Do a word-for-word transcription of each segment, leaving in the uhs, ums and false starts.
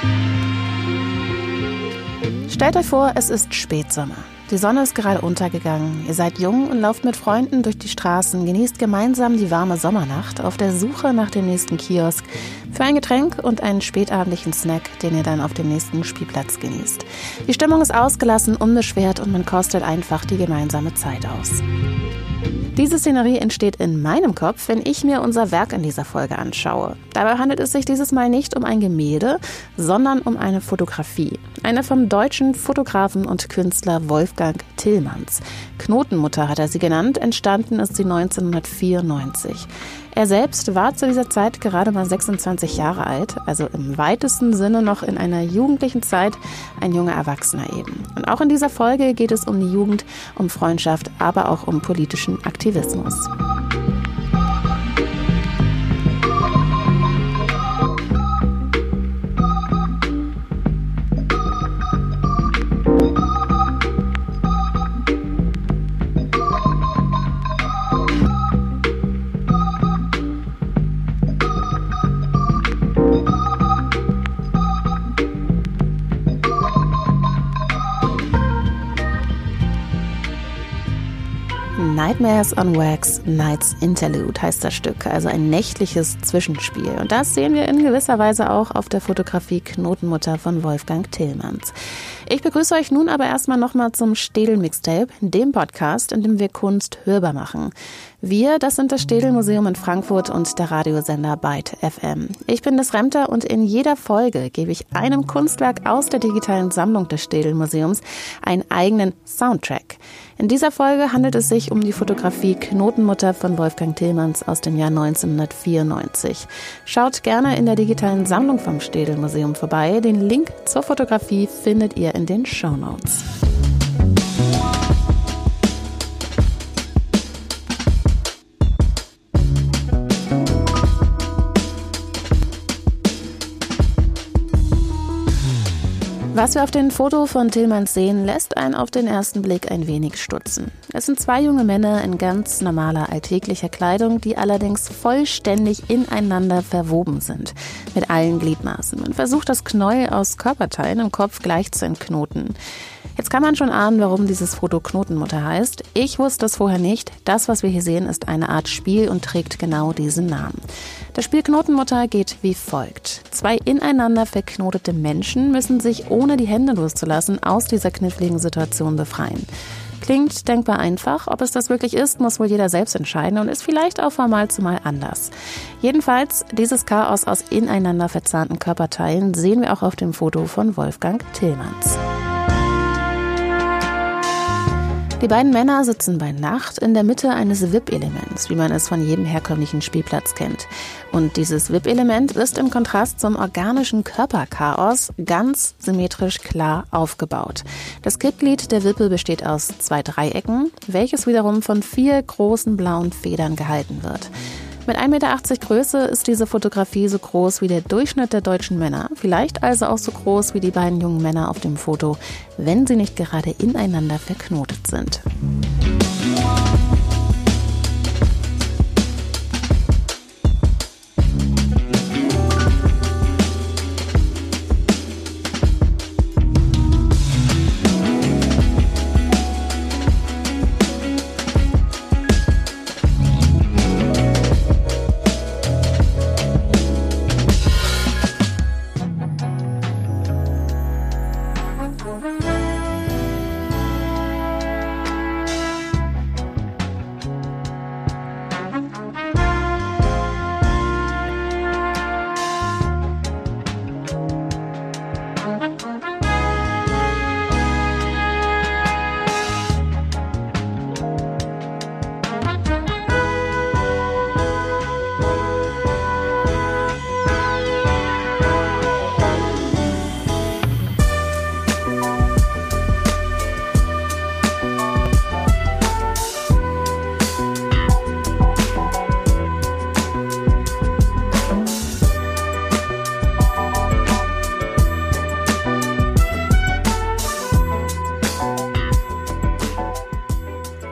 Stellt euch vor, es ist Spätsommer. Die Sonne ist gerade untergegangen. Ihr seid jung und lauft mit Freunden durch die Straßen, genießt gemeinsam die warme Sommernacht auf der Suche nach dem nächsten Kiosk für ein Getränk und einen spätabendlichen Snack, den ihr dann auf dem nächsten Spielplatz genießt. Die Stimmung ist ausgelassen, unbeschwert und man kostet einfach die gemeinsame Zeit aus. Diese Szenerie entsteht in meinem Kopf, wenn ich mir unser Werk in dieser Folge anschaue. Dabei handelt es sich dieses Mal nicht um ein Gemälde, sondern um eine Fotografie. Eine vom deutschen Fotografen und Künstler Wolfgang Tillmans. Knotenmutter hat er sie genannt, entstanden ist sie neunzehnhundertvierundneunzig. Er selbst war zu dieser Zeit gerade mal sechsundzwanzig Jahre alt, also im weitesten Sinne noch in einer jugendlichen Zeit, ein junger Erwachsener eben. Und auch in dieser Folge geht es um die Jugend, um Freundschaft, aber auch um politischen Aktivismus. Nightmares on Wax, Night's Interlude heißt das Stück, also ein nächtliches Zwischenspiel. Und das sehen wir in gewisser Weise auch auf der Fotografie Knotenmutter von Wolfgang Tillmans. Ich begrüße euch nun aber erstmal nochmal zum Städel-Mixtape, dem Podcast, in dem wir Kunst hörbar machen. Wir, das sind das Städel-Museum in Frankfurt und der Radiosender Byte F M. Ich bin das Remter und in jeder Folge gebe ich einem Kunstwerk aus der digitalen Sammlung des Städel-Museums einen eigenen Soundtrack. In dieser Folge handelt es sich um die Fotografie Knotenmutter von Wolfgang Tillmans aus dem Jahr neunzehnhundertvierundneunzig. Schaut gerne in der digitalen Sammlung vom Städel-Museum vorbei. Den Link zur Fotografie findet ihr in den Shownotes. Was wir auf dem Foto von Tillmans sehen, lässt einen auf den ersten Blick ein wenig stutzen. Es sind zwei junge Männer in ganz normaler alltäglicher Kleidung, die allerdings vollständig ineinander verwoben sind, mit allen Gliedmaßen. Man versucht, das Knäuel aus Körperteilen im Kopf gleich zu entknoten. Jetzt kann man schon ahnen, warum dieses Foto Knotenmutter heißt. Ich wusste es vorher nicht. Das, was wir hier sehen, ist eine Art Spiel und trägt genau diesen Namen. Das Spiel Knotenmutter geht wie folgt. Zwei ineinander verknotete Menschen müssen sich, ohne die Hände loszulassen, aus dieser kniffligen Situation befreien. Klingt denkbar einfach. Ob es das wirklich ist, muss wohl jeder selbst entscheiden und ist vielleicht auch von Mal zu Mal anders. Jedenfalls, dieses Chaos aus ineinander verzahnten Körperteilen sehen wir auch auf dem Foto von Wolfgang Tillmans. Die beiden Männer sitzen bei Nacht in der Mitte eines V I P-Elements, wie man es von jedem herkömmlichen Spielplatz kennt. Und dieses V I P-Element ist im Kontrast zum organischen Körperchaos ganz symmetrisch klar aufgebaut. Das Kippglied der Wippe besteht aus zwei Dreiecken, welches wiederum von vier großen blauen Federn gehalten wird. Mit ein Meter achtzig Größe ist diese Fotografie so groß wie der Durchschnitt der deutschen Männer, vielleicht also auch so groß wie die beiden jungen Männer auf dem Foto, wenn sie nicht gerade ineinander verknotet sind.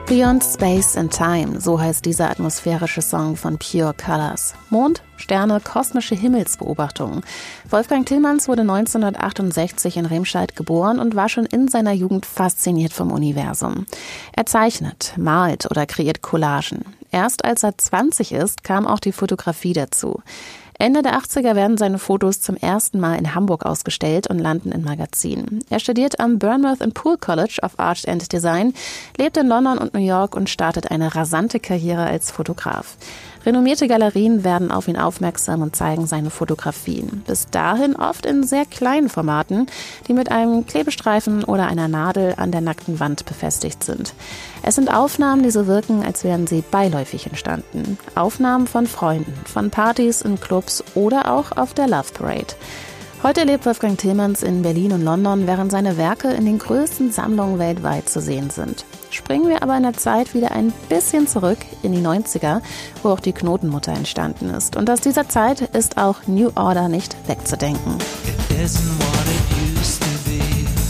Beyond Space and Time, so heißt dieser atmosphärische Song von Pure Colors. Mond, Sterne, kosmische Himmelsbeobachtungen. Wolfgang Tillmans wurde neunzehnhundertachtundsechzig in Remscheid geboren und war schon in seiner Jugend fasziniert vom Universum. Er zeichnet, malt oder kreiert Collagen. Erst als er zwanzig ist, kam auch die Fotografie dazu. Ende der achtziger werden seine Fotos zum ersten Mal in Hamburg ausgestellt und landen in Magazinen. Er studiert am Bournemouth and Poole College of Art and Design, lebt in London und New York und startet eine rasante Karriere als Fotograf. Renommierte Galerien werden auf ihn aufmerksam und zeigen seine Fotografien. Bis dahin oft in sehr kleinen Formaten, die mit einem Klebestreifen oder einer Nadel an der nackten Wand befestigt sind. Es sind Aufnahmen, die so wirken, als wären sie beiläufig entstanden. Aufnahmen von Freunden, von Partys in Clubs oder auch auf der Love Parade. Heute lebt Wolfgang Tillmans in Berlin und London, während seine Werke in den größten Sammlungen weltweit zu sehen sind. Springen wir aber in der Zeit wieder ein bisschen zurück in die neunziger, wo auch die Knotenmutter entstanden ist. Und aus dieser Zeit ist auch New Order nicht wegzudenken. It isn't what it used to be.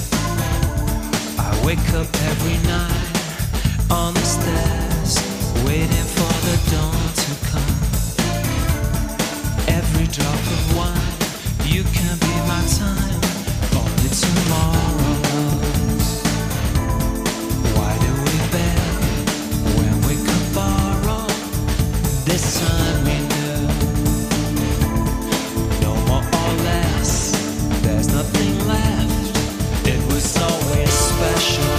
I wake up every night on the stairs, waiting for the dawn to come. Every drop of wine, you can be my time, only tomorrow. Why do we beg when we could borrow? This time we knew, no more or less, there's nothing left. It was always special.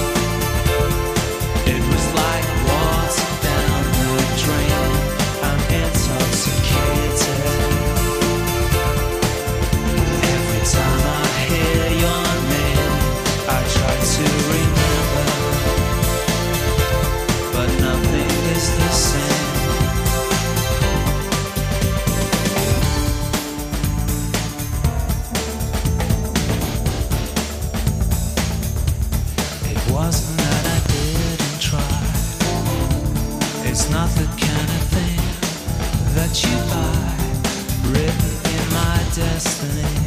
It was like water down the drain. I'm intoxicated. Every time I hear your name, I try to remember, but nothing is the same. It wasn't that I didn't try. It's not the kind of thing that you buy, written in my destiny.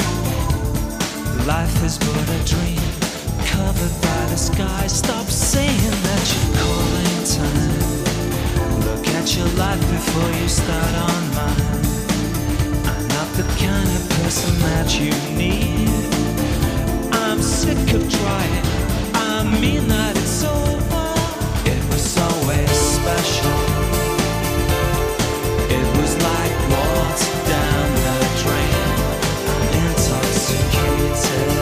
Life is but a dream, covered by the sky. Stop saying that you're calling time. Look at your life before you start on mine. I'm not the kind of person that you need. I'm sick of trying, I mean that it's over. It was always special. It was like water down the drain. I'm intoxicated.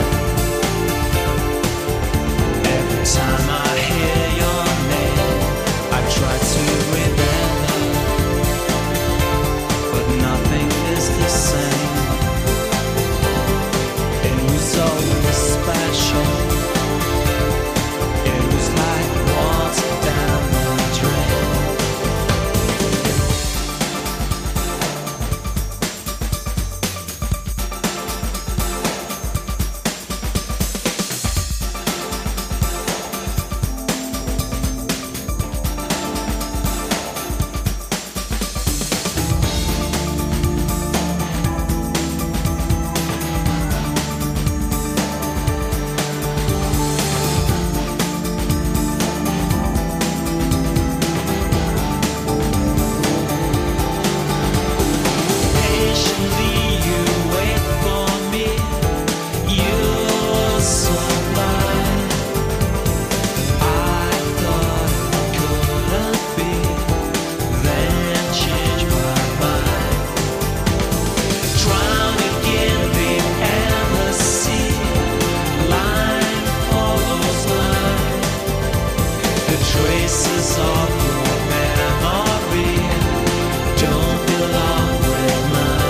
Every time I hear your name, I try to remember, but nothing is the same. It was always special. It was like water down the drain. Patiently you wait for me. You're so blind. I thought it couldn't be, then changed my mind. Drown again the endless sea. Line follows line. The traces of your memory don't belong with mine.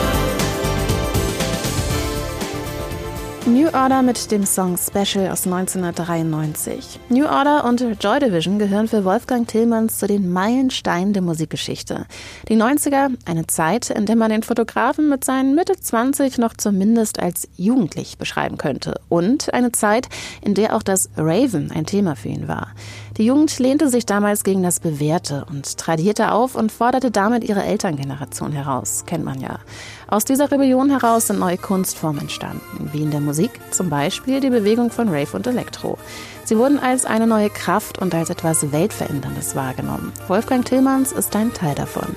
New Order mit dem Song Special aus neunzehnhundertdreiundneunzig. New Order und Joy Division gehören für Wolfgang Tillmans zu den Meilensteinen der Musikgeschichte. Die neunziger, eine Zeit, in der man den Fotografen mit seinen Mitte zwanzig noch zumindest als jugendlich beschreiben könnte. Und eine Zeit, in der auch das Raven ein Thema für ihn war. Die Jugend lehnte sich damals gegen das Bewährte und tradierte auf und forderte damit ihre Elterngeneration heraus, kennt man ja. Aus dieser Rebellion heraus sind neue Kunstformen entstanden, wie in der Musik, zum Beispiel die Bewegung von Rave und Elektro. Sie wurden als eine neue Kraft und als etwas Weltveränderndes wahrgenommen. Wolfgang Tillmans ist ein Teil davon.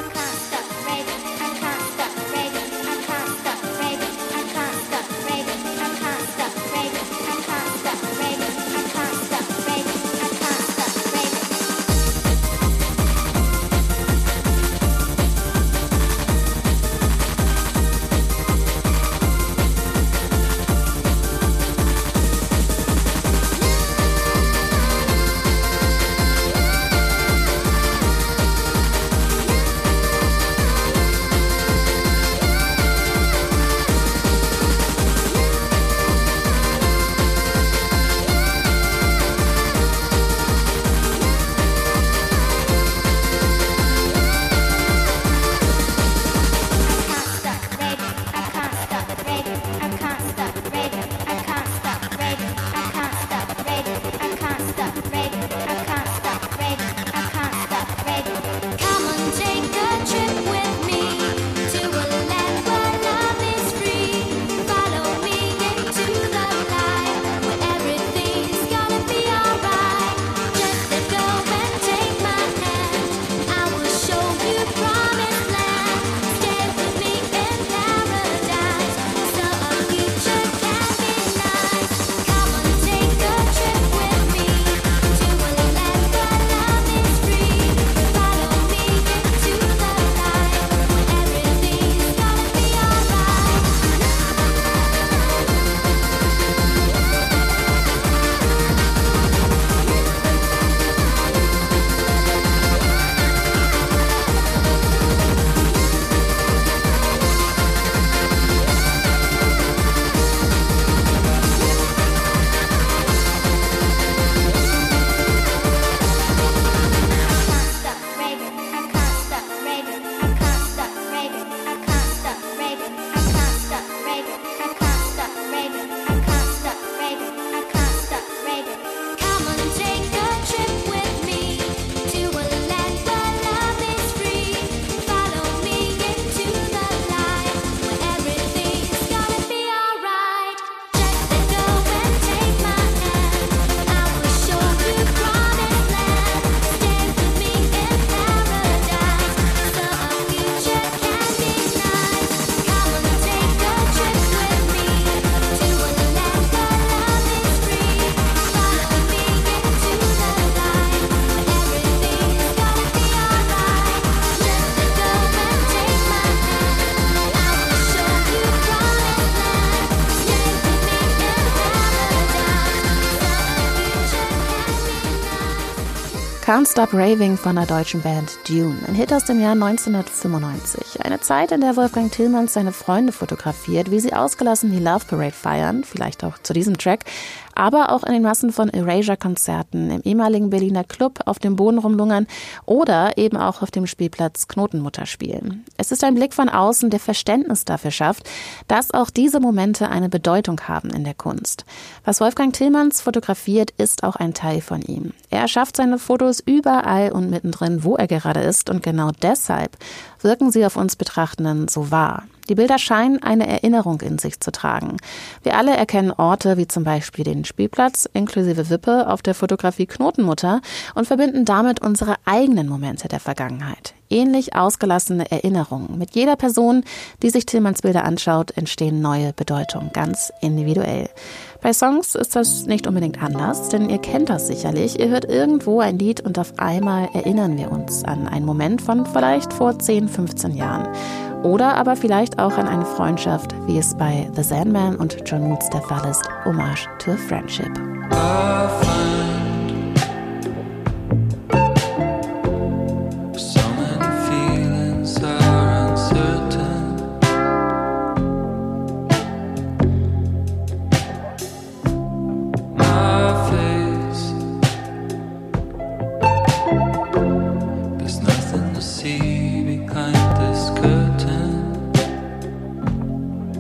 Can't Stop Raving von der deutschen Band Dune, ein Hit aus dem Jahr neunzehnhundertfünfundneunzig. Eine Zeit, in der Wolfgang Tillmans seine Freunde fotografiert, wie sie ausgelassen die Love Parade feiern, vielleicht auch zu diesem Track, aber auch in den Massen von Erasure-Konzerten im ehemaligen Berliner Club auf dem Boden rumlungern oder eben auch auf dem Spielplatz Knotenmutter spielen. Es ist ein Blick von außen, der Verständnis dafür schafft, dass auch diese Momente eine Bedeutung haben in der Kunst. Was Wolfgang Tillmans fotografiert, ist auch ein Teil von ihm. Er schafft seine Fotos überall und mittendrin, wo er gerade ist, und genau deshalb wirken sie auf uns Betrachtenden so wahr. Die Bilder scheinen eine Erinnerung in sich zu tragen. Wir alle erkennen Orte wie zum Beispiel den Spielplatz inklusive Wippe auf der Fotografie Knotenmutter und verbinden damit unsere eigenen Momente der Vergangenheit. Ähnlich ausgelassene Erinnerungen. Mit jeder Person, die sich Tillmans Bilder anschaut, entstehen neue Bedeutungen, ganz individuell. Bei Songs ist das nicht unbedingt anders, denn ihr kennt das sicherlich. Ihr hört irgendwo ein Lied und auf einmal erinnern wir uns an einen Moment von vielleicht vor zehn, fünfzehn Jahren. Oder aber vielleicht auch an eine Freundschaft, wie es bei The Sandman und John Moods der Fall ist. Hommage to a Friendship.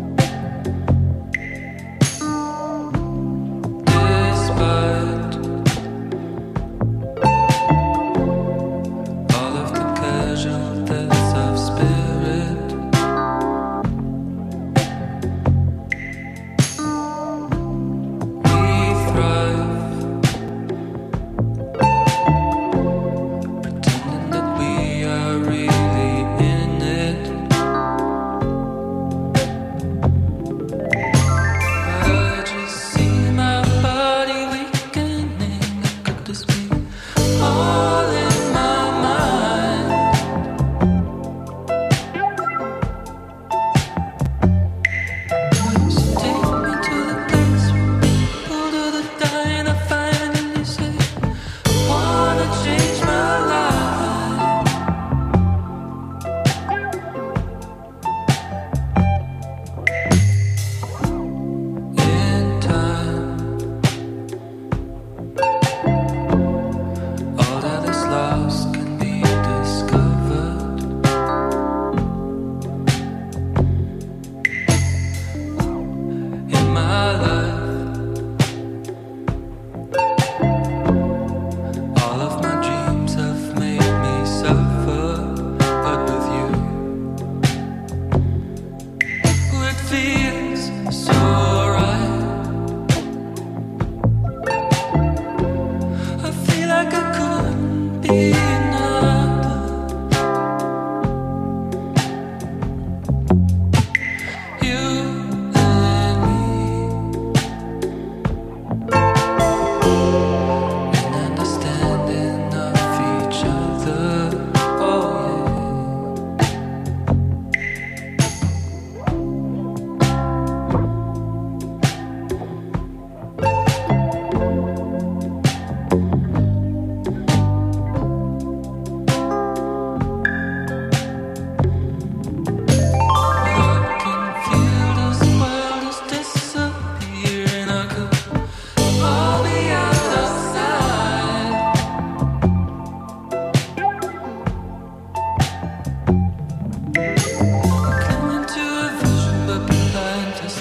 Despite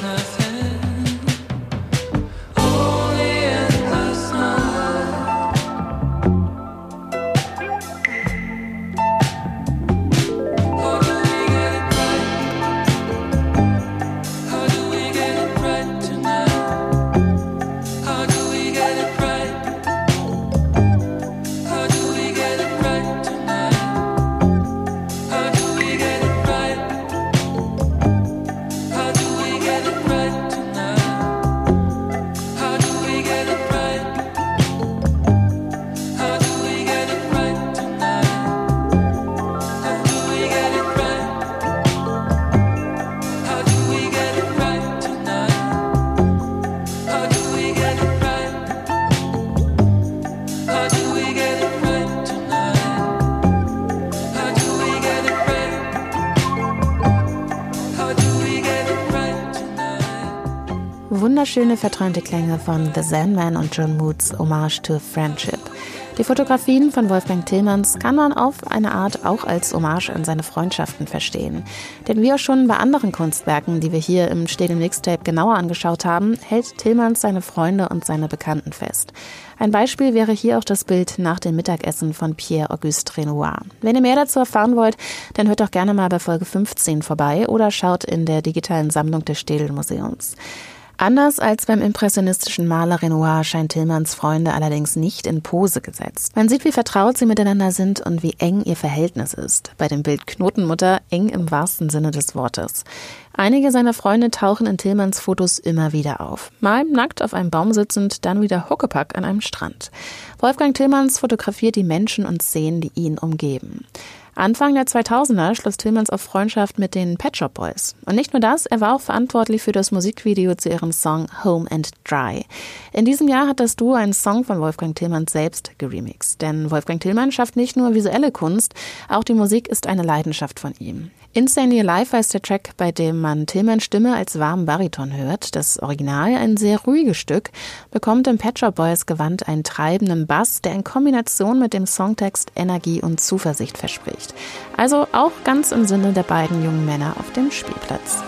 Wunderschöne, verträumte Klänge von The Sandman und John Moods Hommage to Friendship. Die Fotografien von Wolfgang Tillmans kann man auf eine Art auch als Hommage an seine Freundschaften verstehen. Denn wie auch schon bei anderen Kunstwerken, die wir hier im Stehlen Mixtape genauer angeschaut haben, hält Tillmans seine Freunde und seine Bekannten fest. Ein Beispiel wäre hier auch das Bild Nach dem Mittagessen von Pierre-Auguste Renoir. Wenn ihr mehr dazu erfahren wollt, dann hört doch gerne mal bei Folge fünfzehn vorbei oder schaut in der digitalen Sammlung des Städel Museums. Anders als beim impressionistischen Maler Renoir scheint Tillmans Freunde allerdings nicht in Pose gesetzt. Man sieht, wie vertraut sie miteinander sind und wie eng ihr Verhältnis ist. Bei dem Bild Knotenmutter eng im wahrsten Sinne des Wortes. Einige seiner Freunde tauchen in Tillmans Fotos immer wieder auf. Mal nackt auf einem Baum sitzend, dann wieder Huckepack an einem Strand. Wolfgang Tillmans fotografiert die Menschen und Szenen, die ihn umgeben. Anfang der zweitausender schloss Tillmans auf Freundschaft mit den Pet Shop Boys. Und nicht nur das, er war auch verantwortlich für das Musikvideo zu ihrem Song Home and Dry. In diesem Jahr hat das Duo einen Song von Wolfgang Tillmans selbst geremixed. Denn Wolfgang Tillmans schafft nicht nur visuelle Kunst, auch die Musik ist eine Leidenschaft von ihm. Insanely Alive heißt der Track, bei dem man Tillmans Stimme als warmen Bariton hört. Das Original, ein sehr ruhiges Stück, bekommt im Pet Shop Boys Gewand einen treibenden Bass, der in Kombination mit dem Songtext Energie und Zuversicht verspricht. Also auch ganz im Sinne der beiden jungen Männer auf dem Spielplatz.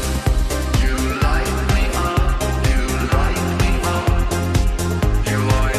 You are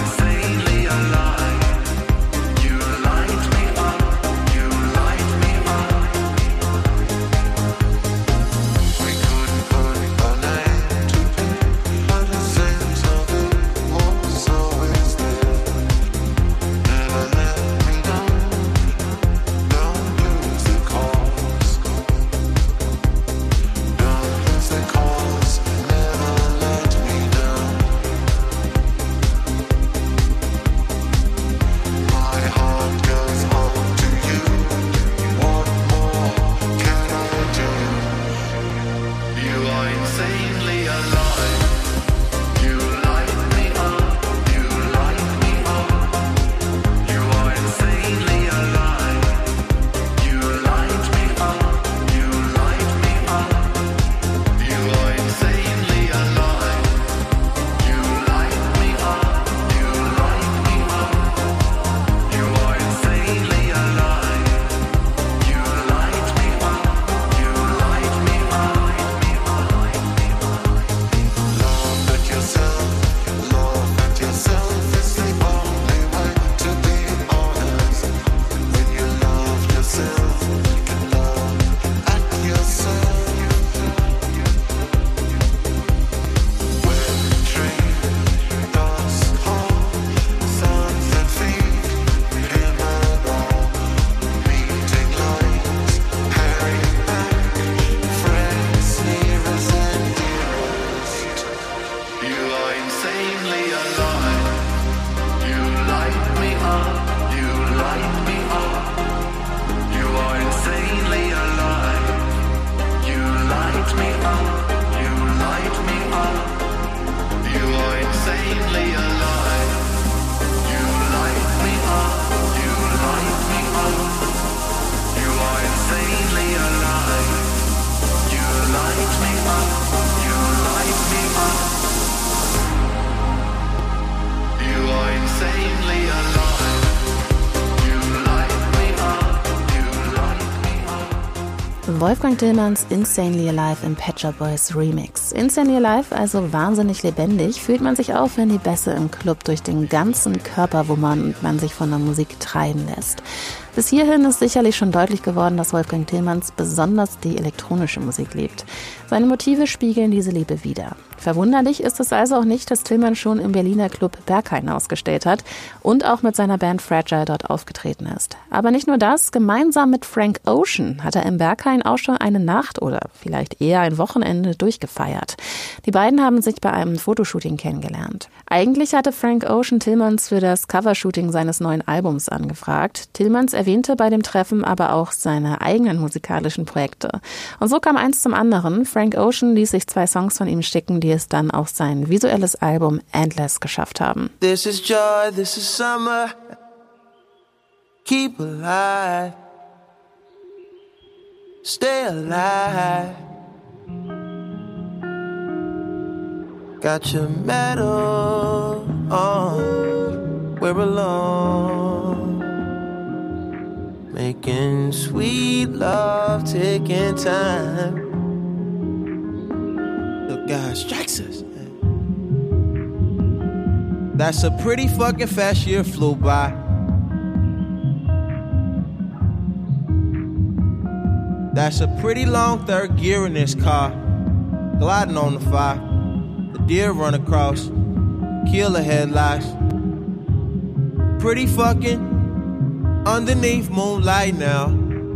von Wolfgang Tillmans Insanely Alive im Pet Shop Boys Remix. Insanely Alive, also wahnsinnig lebendig, fühlt man sich auf, wenn die Bässe im Club durch den ganzen Körper wummern und man sich von der Musik treiben lässt. Bis hierhin ist sicherlich schon deutlich geworden, dass Wolfgang Tillmans besonders die elektronische Musik liebt. Seine Motive spiegeln diese Liebe wider. Verwunderlich ist es also auch nicht, dass Tillmans schon im Berliner Club Berghain ausgestellt hat und auch mit seiner Band Fragile dort aufgetreten ist. Aber nicht nur das, gemeinsam mit Frank Ocean hat er im Berghain auch schon eine Nacht oder vielleicht eher ein Wochenende durchgefeiert. Die beiden haben sich bei einem Fotoshooting kennengelernt. Eigentlich hatte Frank Ocean Tillmans für das Covershooting seines neuen Albums angefragt. Tillmans erwähnte bei dem Treffen aber auch seine eigenen musikalischen Projekte. Und so kam eins zum anderen. Frank Ocean ließ sich zwei Songs von ihm schicken, die es dann auf sein visuelles Album Endless geschafft haben. This is joy, this is summer. Keep alive. Stay alive. Got your medal on. We're alone. Making sweet love, taking time. Look, God strikes us. That's a pretty fucking fast year flew by. That's a pretty long third gear in this car. Gliding on the fire. The deer run across. Kill the headlights. Pretty fucking underneath moonlight now.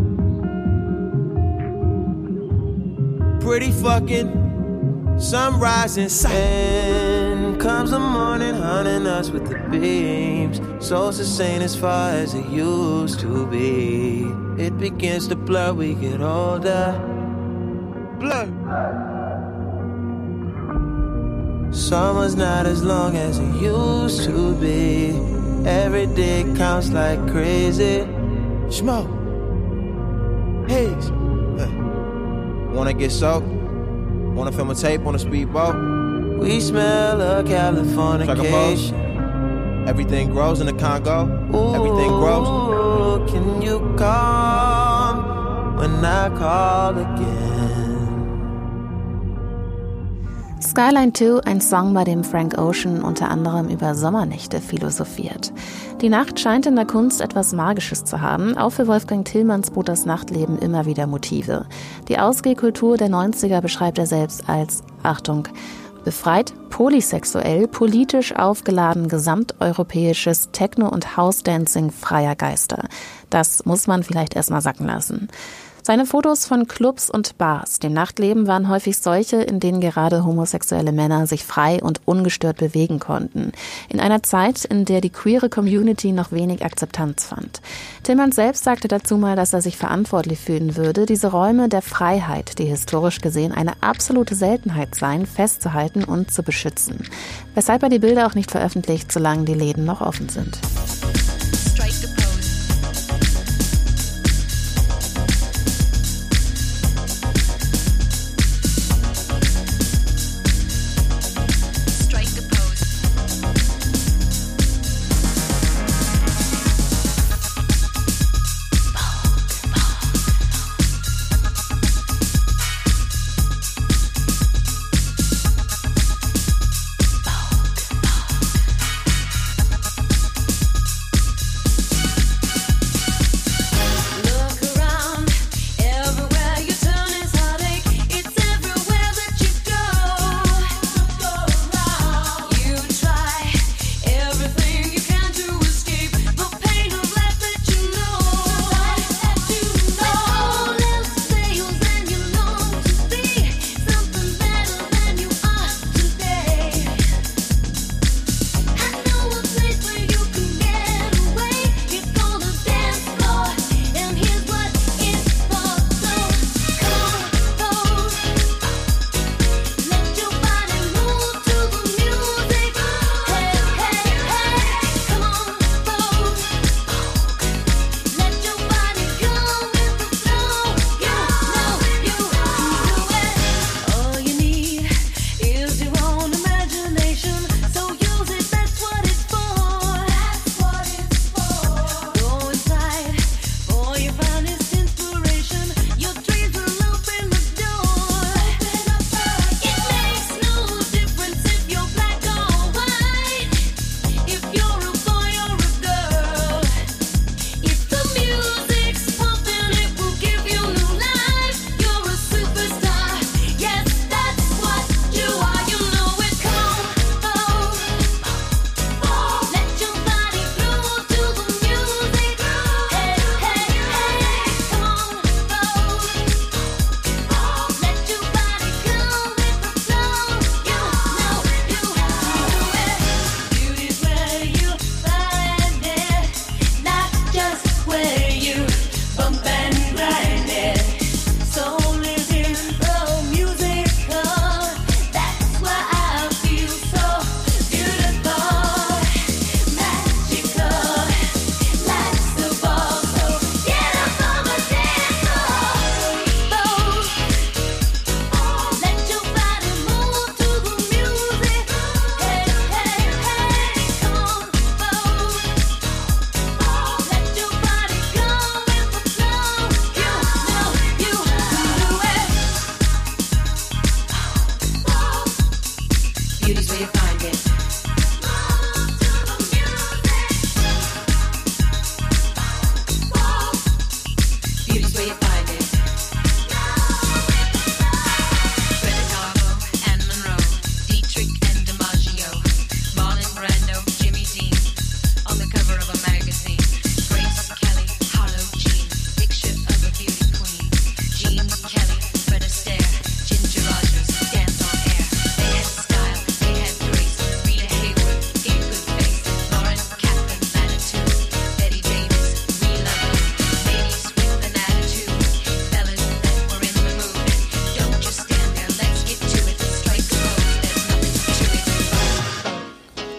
Pretty fucking sunrise inside. And comes the morning hunting us with the beams. Soul's the same as far as it used to be. It begins to blur, we get older. Blur. Summer's not as long as it used to be. Every day counts like crazy. Smoke. Haze. Hey. Wanna get soaked? Wanna film a tape on a speedboat? We smell of Californication. Everything grows in the Congo. Ooh, everything grows. Can you come when I call again? Skyline zwei, ein Song, bei dem Frank Ocean unter anderem über Sommernächte philosophiert. Die Nacht scheint in der Kunst etwas Magisches zu haben. Auch für Wolfgang Tillmans bot das Nachtleben immer wieder Motive. Die Ausgehkultur der neunziger beschreibt er selbst als, Achtung, befreit, polysexuell, politisch aufgeladen, gesamteuropäisches Techno- und House-Dancing freier Geister. Das muss man vielleicht erstmal sacken lassen. Seine Fotos von Clubs und Bars, dem Nachtleben, waren häufig solche, in denen gerade homosexuelle Männer sich frei und ungestört bewegen konnten. In einer Zeit, in der die queere Community noch wenig Akzeptanz fand. Tillmans selbst sagte dazu mal, dass er sich verantwortlich fühlen würde, diese Räume der Freiheit, die historisch gesehen eine absolute Seltenheit seien, festzuhalten und zu beschützen. Weshalb er die Bilder auch nicht veröffentlicht, solange die Läden noch offen sind.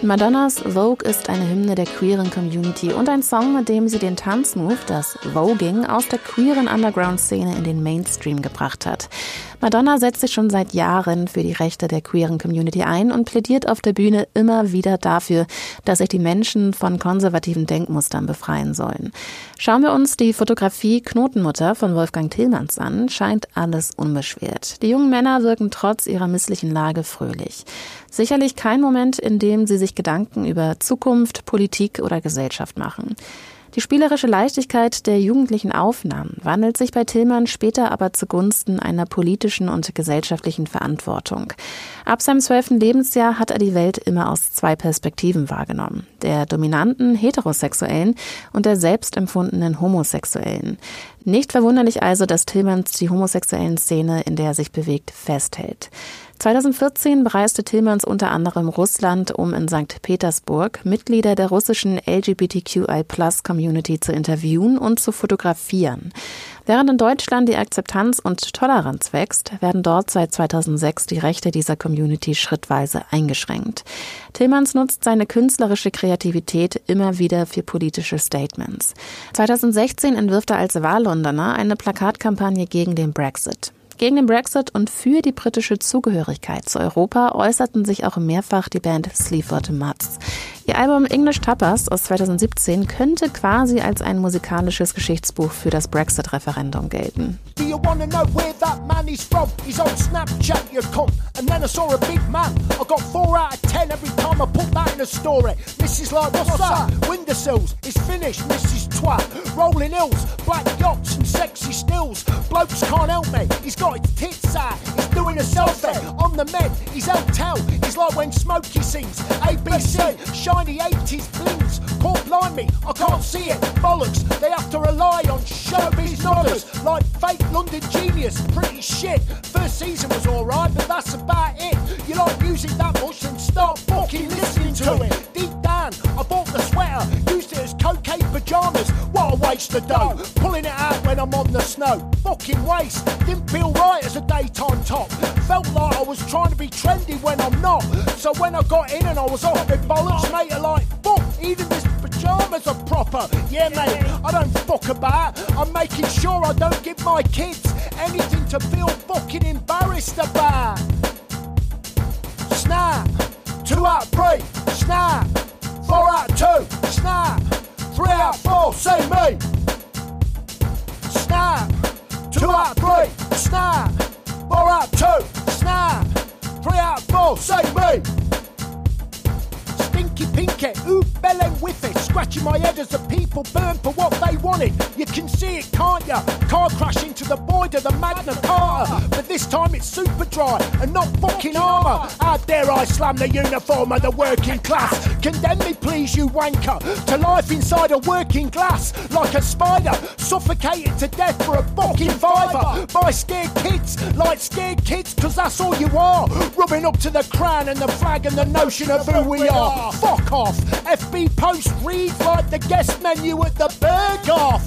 Madonnas Vogue ist eine Hymne der queeren Community und ein Song, mit dem sie den Tanzmove, das Voguing, aus der queeren Underground-Szene in den Mainstream gebracht hat. Madonna setzt sich schon seit Jahren für die Rechte der queeren Community ein und plädiert auf der Bühne immer wieder dafür, dass sich die Menschen von konservativen Denkmustern befreien sollen. Schauen wir uns die Fotografie Knotenmutter von Wolfgang Tillmans an, scheint alles unbeschwert. Die jungen Männer wirken trotz ihrer misslichen Lage fröhlich. Sicherlich kein Moment, in dem sie sich Gedanken über Zukunft, Politik oder Gesellschaft machen. Die spielerische Leichtigkeit der jugendlichen Aufnahmen wandelt sich bei Tillmann später aber zugunsten einer politischen und gesellschaftlichen Verantwortung. Ab seinem zwölften Lebensjahr hat er die Welt immer aus zwei Perspektiven wahrgenommen: der dominanten Heterosexuellen und der selbstempfundenen Homosexuellen. Nicht verwunderlich also, dass Tillmans die homosexuellen Szene, in der er sich bewegt, festhält. zweitausendvierzehn bereiste Tillmans unter anderem Russland, um in Sankt Petersburg Mitglieder der russischen L G B T Q I Plus Community zu interviewen und zu fotografieren. Während in Deutschland die Akzeptanz und Toleranz wächst, werden dort seit zweitausendsechs die Rechte dieser Community schrittweise eingeschränkt. Tillmans nutzt seine künstlerische Kreativität immer wieder für politische Statements. zweitausendsechzehn entwirft er als Wahllondoner eine Plakatkampagne gegen den Brexit. Gegen den Brexit und für die britische Zugehörigkeit zu Europa äußerten sich auch mehrfach die Band Sleaford Mods. Ihr Album English Tapas aus zweitausendsiebzehn könnte quasi als ein musikalisches Geschichtsbuch für das Brexit-Referendum gelten. Do you wanna know where that man is from? He's on Snapchat, you cunt. And then I saw a big man. I got four out of ten every time I put that in a story. Missus like, what's that? Windowsills, it's finished, Missus Twat. Rolling hills, black yachts and sexy stills. Blokes can't help me, he's got his tits out. He's doing a selfie on the med. He's out tell, he's like when Smokey sings A B C, shiny eighties blings. Can't blind me, I can't see it. Bollocks, they have to rely on showbiz nodders like fake London genius. Pretty shit. First season was alright, but that's about it. You like music that much, then start fucking listening to it. Deep down, I bought the sweater, used it as cocaine pajamas. What a waste of dough. Pulling it out when I'm on the snow. Fucking waste. Didn't feel right as a daytime top. Felt like I was trying to be trendy when I'm not. So when I got in and I was off my bollocks, mate, are like, fuck, even this pajamas are proper. Yeah, mate, I don't fuck about. I'm making sure I don't give my kids anything to feel fucking embarrassed about. Snap, two out of three, snap, four out of two, snap, three out of four, say me. Snap, two out of three, snap, four out of two, snap, three out of four, say me. Stinky pinky, ooh, bellend with it. Scratching my head as the people burn for what they wanted. You can see it, can't ya? Car crash into the void of the Magna Carta. But this time it's super dry and not fucking armour. How dare I slam the uniform of the working class? Condemn me please, you wanker, to life inside a working glass. Like a spider, suffocated to death for a fucking fiver. By scared kids, like scared kids, cause that's all you are. Rubbing up to the crown and the flag and the notion of who we are. Fuck off. F B post reads like the guest menu at the Berghoff.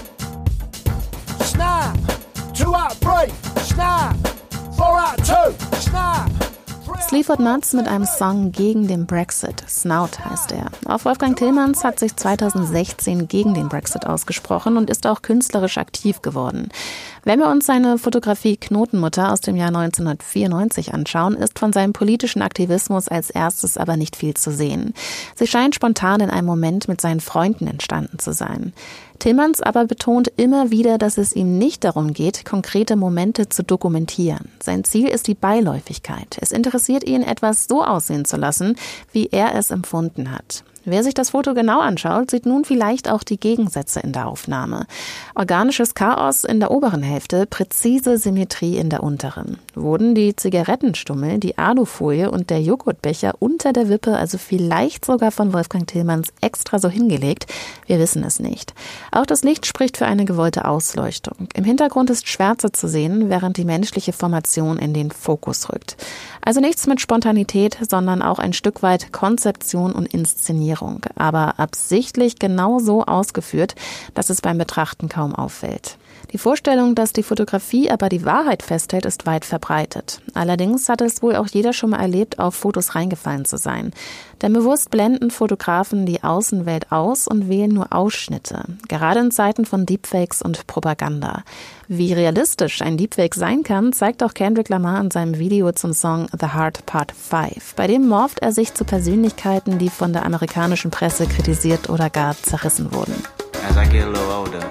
Snap. Two out of three. Snap. Four out of two. Snap. Sleaford Mods mit einem Song gegen den Brexit. Snout heißt er. Auch Wolfgang Tillmans hat sich zweitausendsechzehn gegen den Brexit ausgesprochen und ist auch künstlerisch aktiv geworden. Wenn wir uns seine Fotografie Knotenmutter aus dem Jahr neunzehnhundertvierundneunzig anschauen, ist von seinem politischen Aktivismus als erstes aber nicht viel zu sehen. Sie scheint spontan in einem Moment mit seinen Freunden entstanden zu sein. Tillmans aber betont immer wieder, dass es ihm nicht darum geht, konkrete Momente zu dokumentieren. Sein Ziel ist die Beiläufigkeit. Es interessiert ihn, etwas so aussehen zu lassen, wie er es empfunden hat. Wer sich das Foto genau anschaut, sieht nun vielleicht auch die Gegensätze in der Aufnahme. Organisches Chaos in der oberen Hälfte, präzise Symmetrie in der unteren. Wurden die Zigarettenstummel, die Alufolie und der Joghurtbecher unter der Wippe also vielleicht sogar von Wolfgang Tillmans extra so hingelegt? Wir wissen es nicht. Auch das Licht spricht für eine gewollte Ausleuchtung. Im Hintergrund ist Schwärze zu sehen, während die menschliche Formation in den Fokus rückt. Also nichts mit Spontanität, sondern auch ein Stück weit Konzeption und Inszenierung. Aber absichtlich genau so ausgeführt, dass es beim Betrachten kaum auffällt. Die Vorstellung, dass die Fotografie aber die Wahrheit festhält, ist weit verbreitet. Allerdings hat es wohl auch jeder schon mal erlebt, auf Fotos reingefallen zu sein. Denn bewusst blenden Fotografen die Außenwelt aus und wählen nur Ausschnitte, gerade in Zeiten von Deepfakes und Propaganda. Wie realistisch ein Deepfake sein kann, zeigt auch Kendrick Lamar in seinem Video zum Song The Hard Part fünf. Bei dem morpht er sich zu Persönlichkeiten, die von der amerikanischen Presse kritisiert oder gar zerrissen wurden. As I get a little older,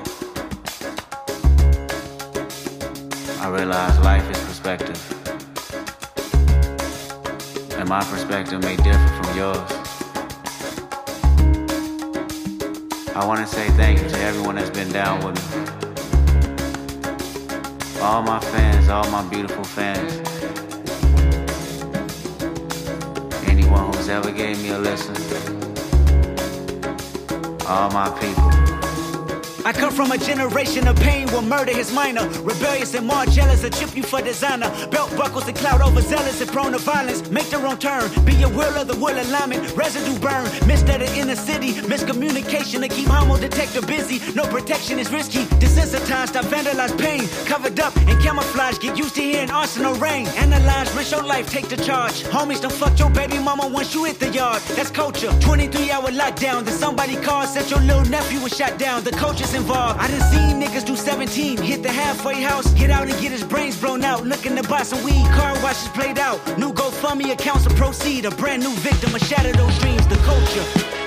I realize life is perspective. And my perspective may differ from yours. I want to say thank you to everyone that's been down with me. All my fans, all my beautiful fans. Anyone who's ever gave me a listen. All my people. I come from a generation of pain where murder is minor. Rebellious and more jealous, a chip you for designer. Belt buckles and cloud overzealous and prone to violence. Make their own turn, be your will of the will alignment. Residue burn, missed at the inner city. Miscommunication to keep homo detector busy. No protection is risky. Desensitized, I vandalize pain. Covered up and camouflage, get used to hearing arsenal rain. Analyze, risk your life, take the charge. Homies, don't fuck your baby mama once you hit the yard. That's culture. twenty-three hour lockdown. Then somebody called, said your little nephew was shot down. The coaches involved. I done seen niggas do seventeen, hit the halfway house, get out and get his brains blown out. Looking to buy some weed, car washes played out. New GoFundMe accounts to proceed, a brand new victim, a shatter those dreams, the culture.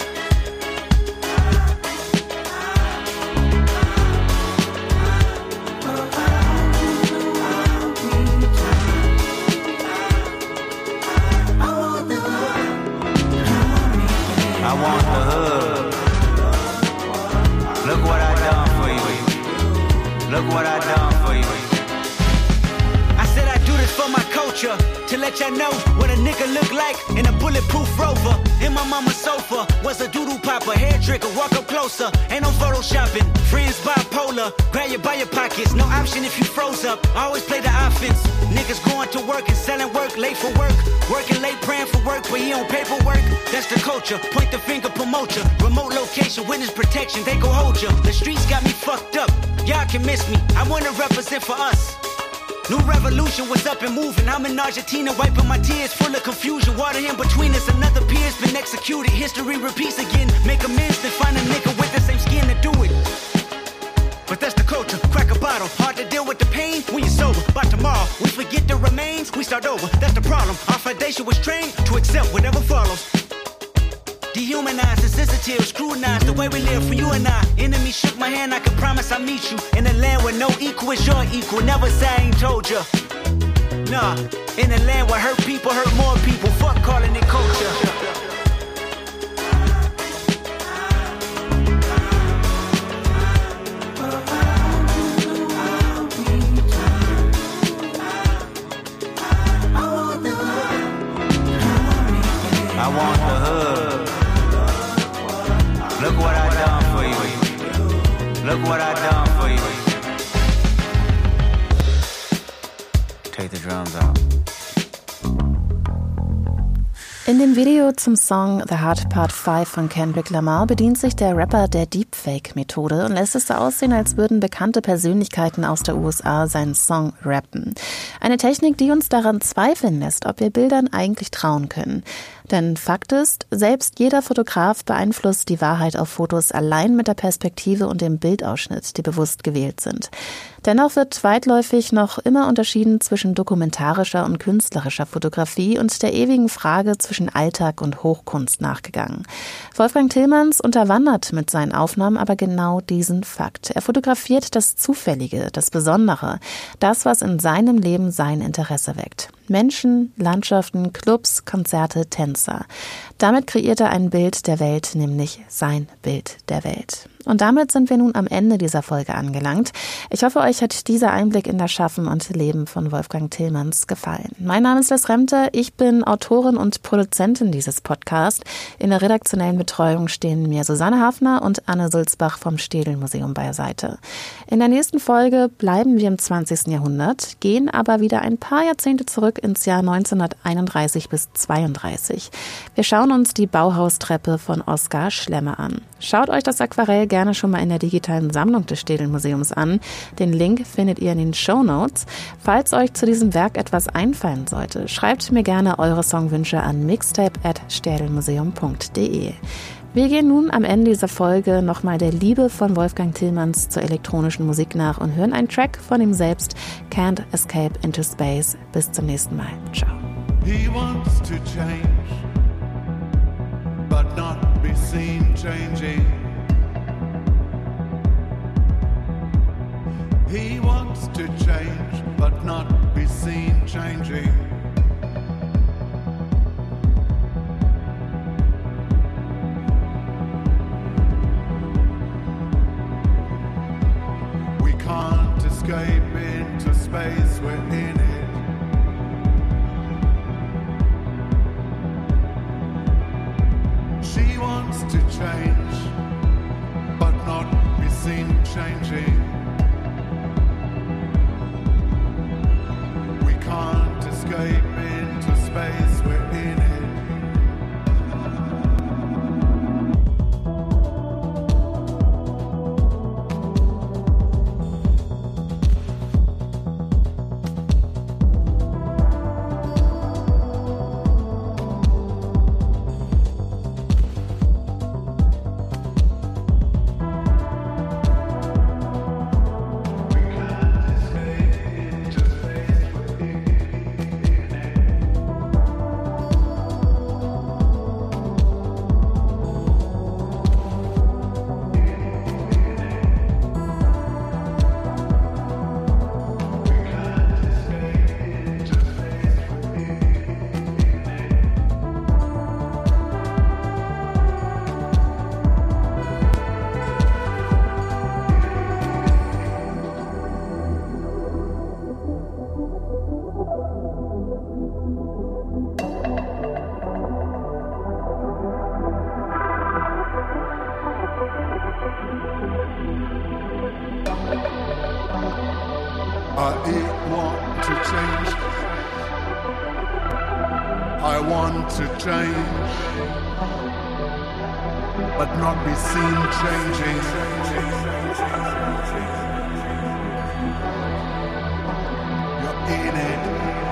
I want the hood. Look what I done for you. Look what I done for you. I said I do this for my culture, to let y'all know what a nigga look like in a bulletproof Rover. In my mama's sofa was a doodle popper, hair trigger, walk up closer, ain't no photoshopping. Friends bipolar, grab you by your pockets, no option if you froze up. I always play the offense. Niggas going to work and selling work, late for work, working late, praying for work, but he on paperwork. That's the culture. Point the finger, promote ya. Remote location, witness protection, they go hold ya. The streets got me fucked up. Y'all can miss me. I wanna represent for us. New revolution was up and moving. I'm in Argentina wiping my tears, full of confusion. Water in between us, another peer's been executed. History repeats again. Make amends, then find a nigga with the same skin to do it. But that's the culture. Crack a bottle. Hard to deal with the pain when you're sober. By tomorrow, we forget the remains. We start over. That's the problem. Our foundation was trained to accept whatever follows. Dehumanized, insensitive, scrutinized the way we live for you and I. Enemy shook my hand, I can promise I'll meet you in a land where no equal is your equal. Never say I ain't told ya. Nah, in a land where hurt people hurt more people. Fuck calling it culture. I want the hood. Look what I done for you. Look what I done for you. Take the drums out. In dem Video zum Song The Hard Part fünf von Kendrick Lamar bedient sich der Rapper der Deepfake-Methode und lässt es so aussehen, als würden bekannte Persönlichkeiten aus der U S A seinen Song rappen. Eine Technik, die uns daran zweifeln lässt, ob wir Bildern eigentlich trauen können. Denn Fakt ist, selbst jeder Fotograf beeinflusst die Wahrheit auf Fotos allein mit der Perspektive und dem Bildausschnitt, die bewusst gewählt sind. Dennoch wird weitläufig noch immer unterschieden zwischen dokumentarischer und künstlerischer Fotografie und der ewigen Frage zwischen Alltag und Hochkunst nachgegangen. Wolfgang Tillmans unterwandert mit seinen Aufnahmen aber genau diesen Fakt. Er fotografiert das Zufällige, das Besondere, das, was in seinem Leben sein Interesse weckt. Menschen, Landschaften, Clubs, Konzerte, Tänzer. Damit kreiert er ein Bild der Welt, nämlich sein Bild der Welt. Und damit sind wir nun am Ende dieser Folge angelangt. Ich hoffe, euch hat dieser Einblick in das Schaffen und Leben von Wolfgang Tillmans gefallen. Mein Name ist Les Remte, ich bin Autorin und Produzentin dieses Podcasts. In der redaktionellen Betreuung stehen mir Susanne Hafner und Anne Sulzbach vom Städel-Museum beiseite. In der nächsten Folge bleiben wir im zwanzigsten Jahrhundert, gehen aber wieder ein paar Jahrzehnte zurück zurück ins Jahr neunzehnhunderteinunddreißig bis zweiunddreißig. Wir schauen uns die Bauhaustreppe von Oskar Schlemmer an. Schaut euch das Aquarell gerne schon mal in der digitalen Sammlung des Städel-Museums an. Den Link findet ihr in den Shownotes. Falls euch zu diesem Werk etwas einfallen sollte, schreibt mir gerne eure Songwünsche an mixtape at städelmuseum punkt de. Wir gehen nun am Ende dieser Folge nochmal der Liebe von Wolfgang Tillmans zur elektronischen Musik nach und hören einen Track von ihm selbst, Can't Escape into Space. Bis zum nächsten Mal. Ciao. He wants to change, but not be seen changing. He wants to change, but not be seen changing. Can't escape into space, we're in it. She wants to change, but not be seen changing. We can't escape into space, we're in it. I want to change, but not be seen changing. You're in it.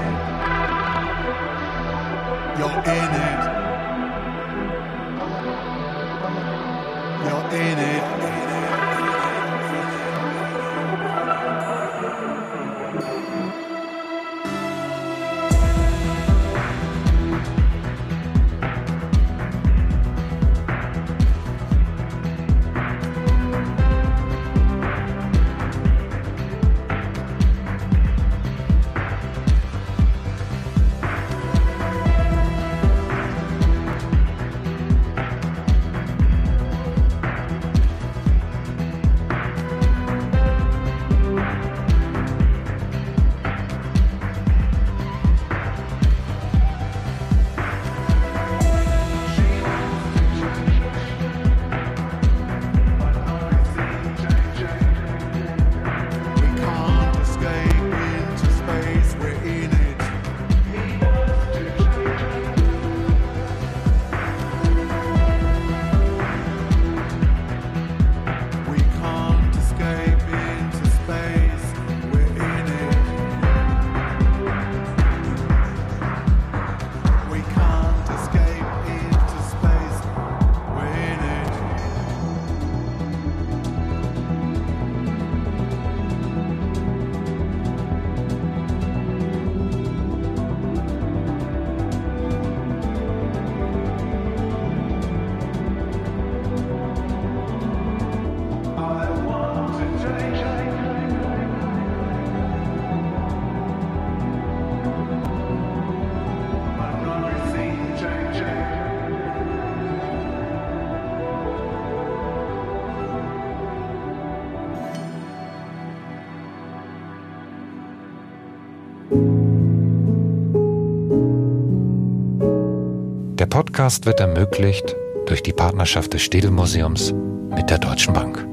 You're in it. You're in it. Der Podcast wird ermöglicht durch die Partnerschaft des Städel-Museums mit der Deutschen Bank.